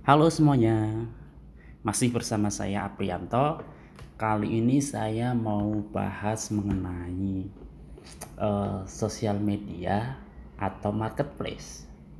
Halo semuanya, masih bersama saya Aprianto. Kali ini saya mau bahas mengenai sosial media atau marketplace.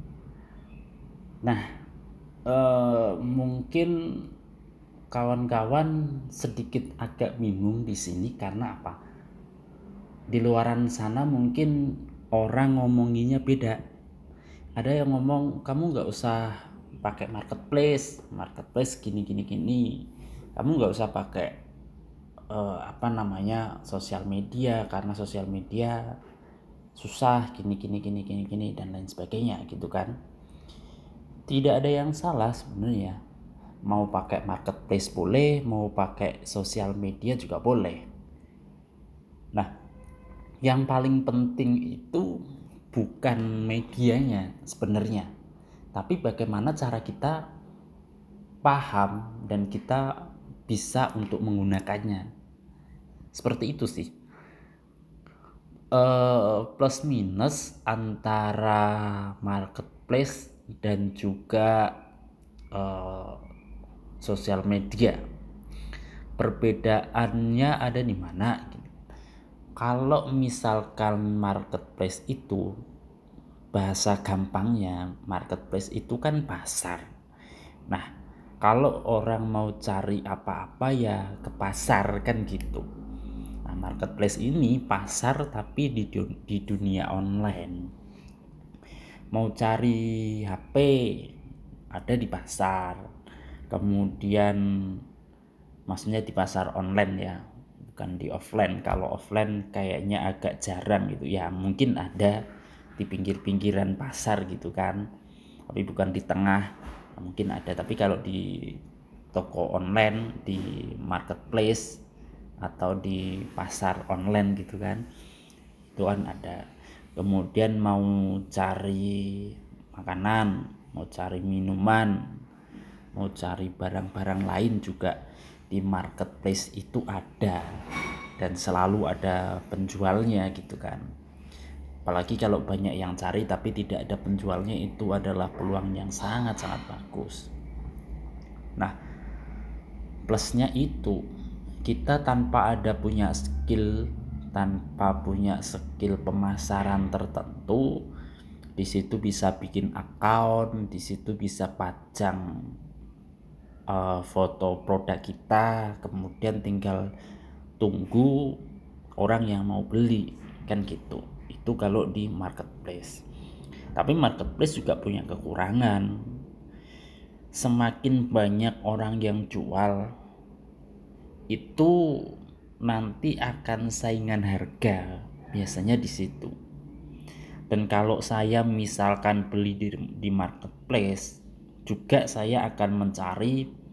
Nah, mungkin kawan-kawan sedikit agak bingung di sini karena apa? Di luaran sana mungkin orang ngomonginya beda. Ada yang ngomong kamu nggak usah pakai marketplace gini gini gini, kamu nggak usah pakai sosial media karena sosial media susah gini gini gini gini gini dan lain sebagainya gitu kan. Tidak ada yang salah sebenarnya, mau pakai marketplace boleh, mau pakai sosial media juga boleh. Nah, yang paling penting itu bukan medianya sebenarnya, tapi bagaimana cara kita paham dan kita bisa untuk menggunakannya. Seperti itu sih. Plus minus antara marketplace dan juga eh, sosial media. Perbedaannya ada di mana? Kalau misalkan marketplace itu, bahasa gampangnya marketplace itu kan pasar. Nah, kalau orang mau cari apa-apa ya ke pasar kan gitu. Nah, marketplace ini pasar tapi di dunia online. Mau cari HP ada di pasar. Kemudian maksudnya di pasar online ya, bukan di offline. Kalau offline kayaknya agak jarang gitu ya, mungkin ada di pinggir-pinggiran pasar gitu kan, tapi bukan di tengah. Mungkin ada, tapi kalau di toko online, di marketplace atau di pasar online gitu kan, itu kan ada. Kemudian mau cari makanan, mau cari minuman, mau cari barang-barang lain juga di marketplace itu ada, dan selalu ada penjualnya gitu kan. Apalagi kalau banyak yang cari tapi tidak ada penjualnya, itu adalah peluang yang sangat-sangat bagus. Nah, plusnya itu kita tanpa punya skill pemasaran tertentu, di situ bisa bikin account, di situ bisa pajang foto produk kita, kemudian tinggal tunggu orang yang mau beli kan gitu. Itu kalau di marketplace. Tapi marketplace juga punya kekurangan. Semakin banyak orang yang jual, itu nanti akan saingan harga biasanya di situ. Dan kalau saya misalkan beli di marketplace, juga saya akan mencari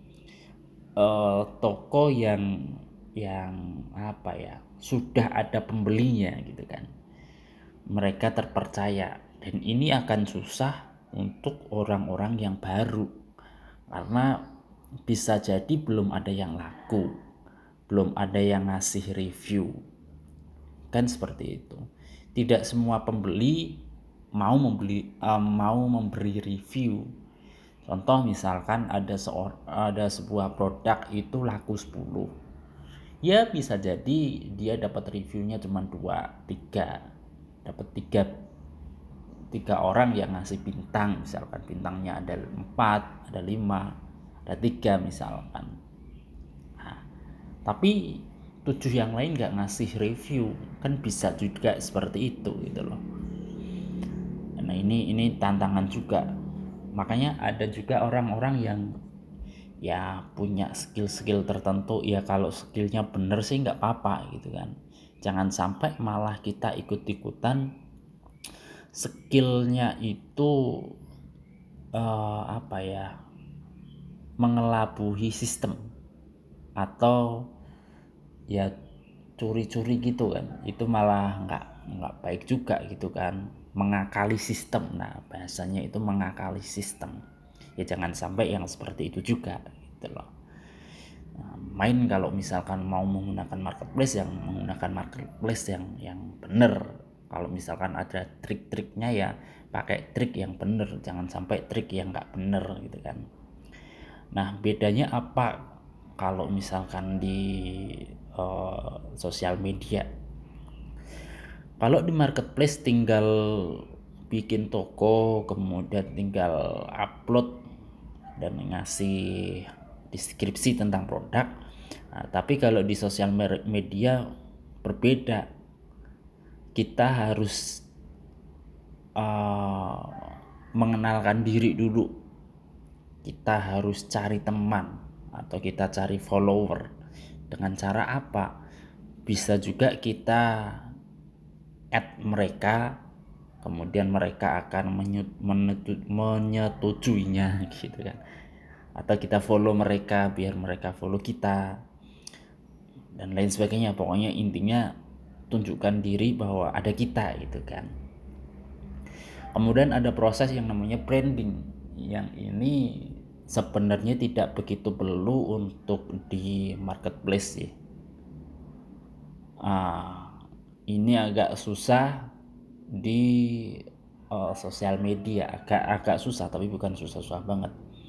toko yang apa ya, sudah ada pembelinya gitu kan, mereka terpercaya. Dan ini akan susah untuk orang-orang yang baru, karena bisa jadi belum ada yang laku, belum ada yang ngasih review kan, seperti itu. Tidak semua pembeli mau memberi review. Contoh misalkan ada sebuah produk itu laku 10. Ya bisa jadi dia dapat reviewnya cuma 2, 3. Dapat 3 orang yang ngasih bintang, misalkan bintangnya ada 4, ada 5, ada 3 misalkan. Nah, tapi 7 yang lain nggak ngasih review, kan bisa juga seperti itu gitu loh. Nah, ini tantangan juga. Makanya ada juga orang-orang yang ya punya skill-skill tertentu. Ya kalau skillnya bener sih nggak apa-apa gitu kan. Jangan sampai malah kita ikut-ikutan skillnya itu apa ya, mengelabuhi sistem atau ya curi-curi gitu kan. Itu malah nggak baik juga gitu kan, mengakali sistem. Nah, bahasanya itu mengakali sistem. Ya jangan sampai yang seperti itu juga gitu loh. Nah, main kalau misalkan mau menggunakan marketplace yang bener. Kalau misalkan ada trik-triknya ya pakai trik yang bener, jangan sampai trik yang nggak bener gitu kan. Nah, bedanya apa kalau misalkan di sosial media? Kalau di marketplace tinggal bikin toko, kemudian tinggal upload dan ngasih deskripsi tentang produk. Nah, tapi kalau di sosial media berbeda. Kita harus mengenalkan diri dulu. Kita harus cari teman atau kita cari follower. Dengan cara apa? Bisa juga kita add mereka, kemudian mereka akan menyetujuinya gitu kan. Atau kita follow mereka biar mereka follow kita dan lain sebagainya. Pokoknya intinya tunjukkan diri bahwa ada kita gitu kan. Kemudian ada proses yang namanya branding. Yang ini sebenarnya tidak begitu perlu untuk di marketplace sih. Ini agak susah di sosial media, agak susah tapi bukan susah-susah banget.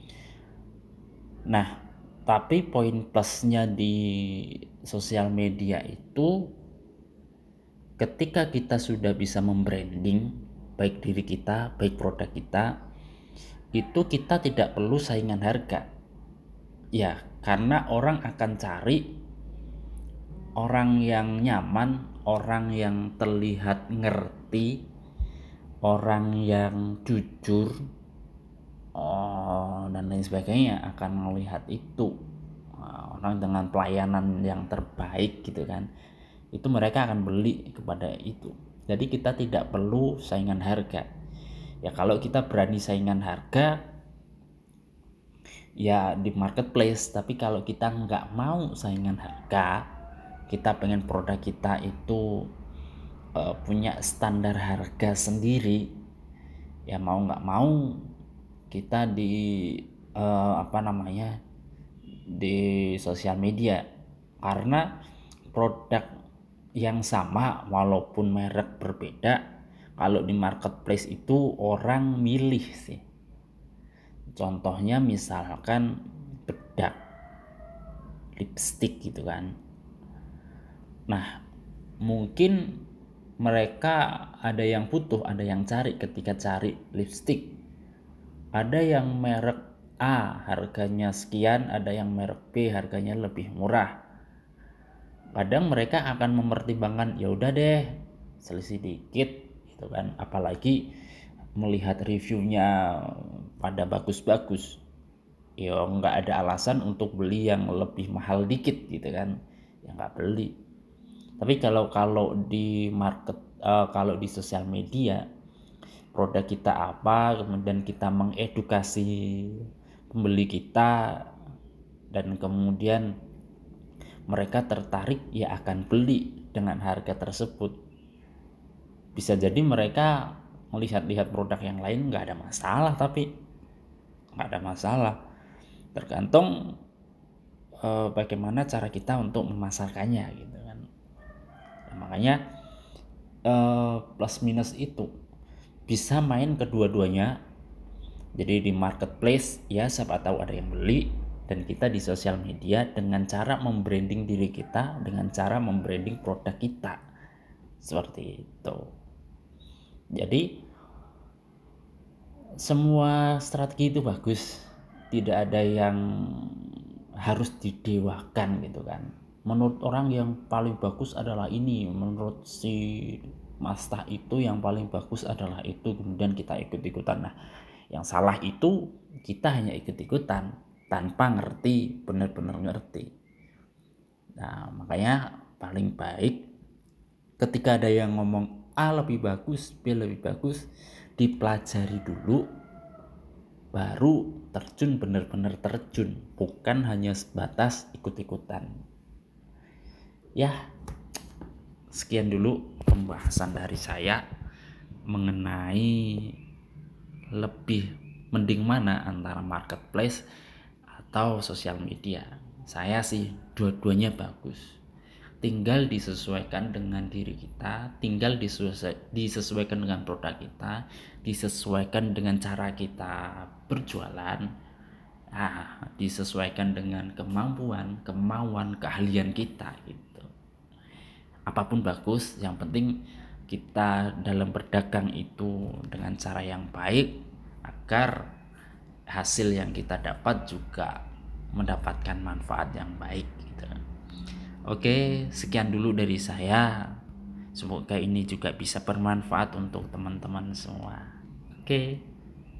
Nah, tapi poin plusnya di sosial media itu ketika kita sudah bisa membranding baik diri kita, baik produk kita, itu kita tidak perlu saingan harga. Ya, karena orang akan cari orang yang nyaman, orang yang terlihat ngerti, orang yang jujur, dan lain sebagainya akan melihat itu. Orang dengan pelayanan yang terbaik gitu kan, itu mereka akan beli kepada itu. Jadi kita tidak perlu saingan harga. Ya kalau kita berani saingan harga ya di marketplace, tapi kalau kita nggak mau saingan harga, kita pengen produk kita itu punya standar harga sendiri, ya mau nggak mau kita di di sosial media. Karena produk yang sama walaupun merek berbeda, kalau di marketplace itu orang milih sih. Contohnya misalkan bedak, lipstick gitu kan. Nah, mungkin mereka ada yang butuh, ada yang cari. Ketika cari lipstick, ada yang merek A harganya sekian, ada yang merek B harganya lebih murah. Kadang mereka akan mempertimbangkan, ya udah deh selisih dikit gitu kan, apalagi melihat reviewnya pada bagus-bagus, ya nggak ada alasan untuk beli yang lebih mahal dikit gitu kan, ya nggak beli. Tapi kalau di kalau di sosial media produk kita apa, kemudian kita mengedukasi pembeli kita dan kemudian mereka tertarik, ya akan beli dengan harga tersebut. Bisa jadi mereka melihat-lihat produk yang lain nggak ada masalah, tapi nggak ada masalah. Tergantung bagaimana cara kita untuk memasarkannya gitu kan. Nah, makanya plus minus itu bisa main kedua-duanya. Jadi di marketplace ya siapa tahu ada yang beli, dan kita di sosial media dengan cara membranding diri kita, dengan cara membranding produk kita. Seperti itu. Jadi semua strategi itu bagus. Tidak ada yang harus didewakan gitu kan. Menurut orang yang paling bagus adalah ini, menurut si Masta itu yang paling bagus adalah itu, kemudian kita ikut-ikutan. Nah, yang salah itu kita hanya ikut-ikutan tanpa ngerti, benar-benar ngerti. Nah, makanya paling baik ketika ada yang ngomong A lebih bagus, B lebih bagus, dipelajari dulu, baru terjun, benar-benar terjun, bukan hanya sebatas ikut-ikutan. Ya, sekian dulu pembahasan dari saya mengenai lebih mending mana antara marketplace atau sosial media. Saya sih dua-duanya bagus. Tinggal disesuaikan dengan diri kita, tinggal disesuaikan dengan produk kita, disesuaikan dengan cara kita berjualan. Nah, disesuaikan dengan kemampuan, kemauan, keahlian kita gitu. Apapun bagus, yang penting kita dalam berdagang itu dengan cara yang baik agar hasil yang kita dapat juga mendapatkan manfaat yang baik gitu. Oke, sekian dulu dari saya. Semoga ini juga bisa bermanfaat untuk teman-teman semua. Oke.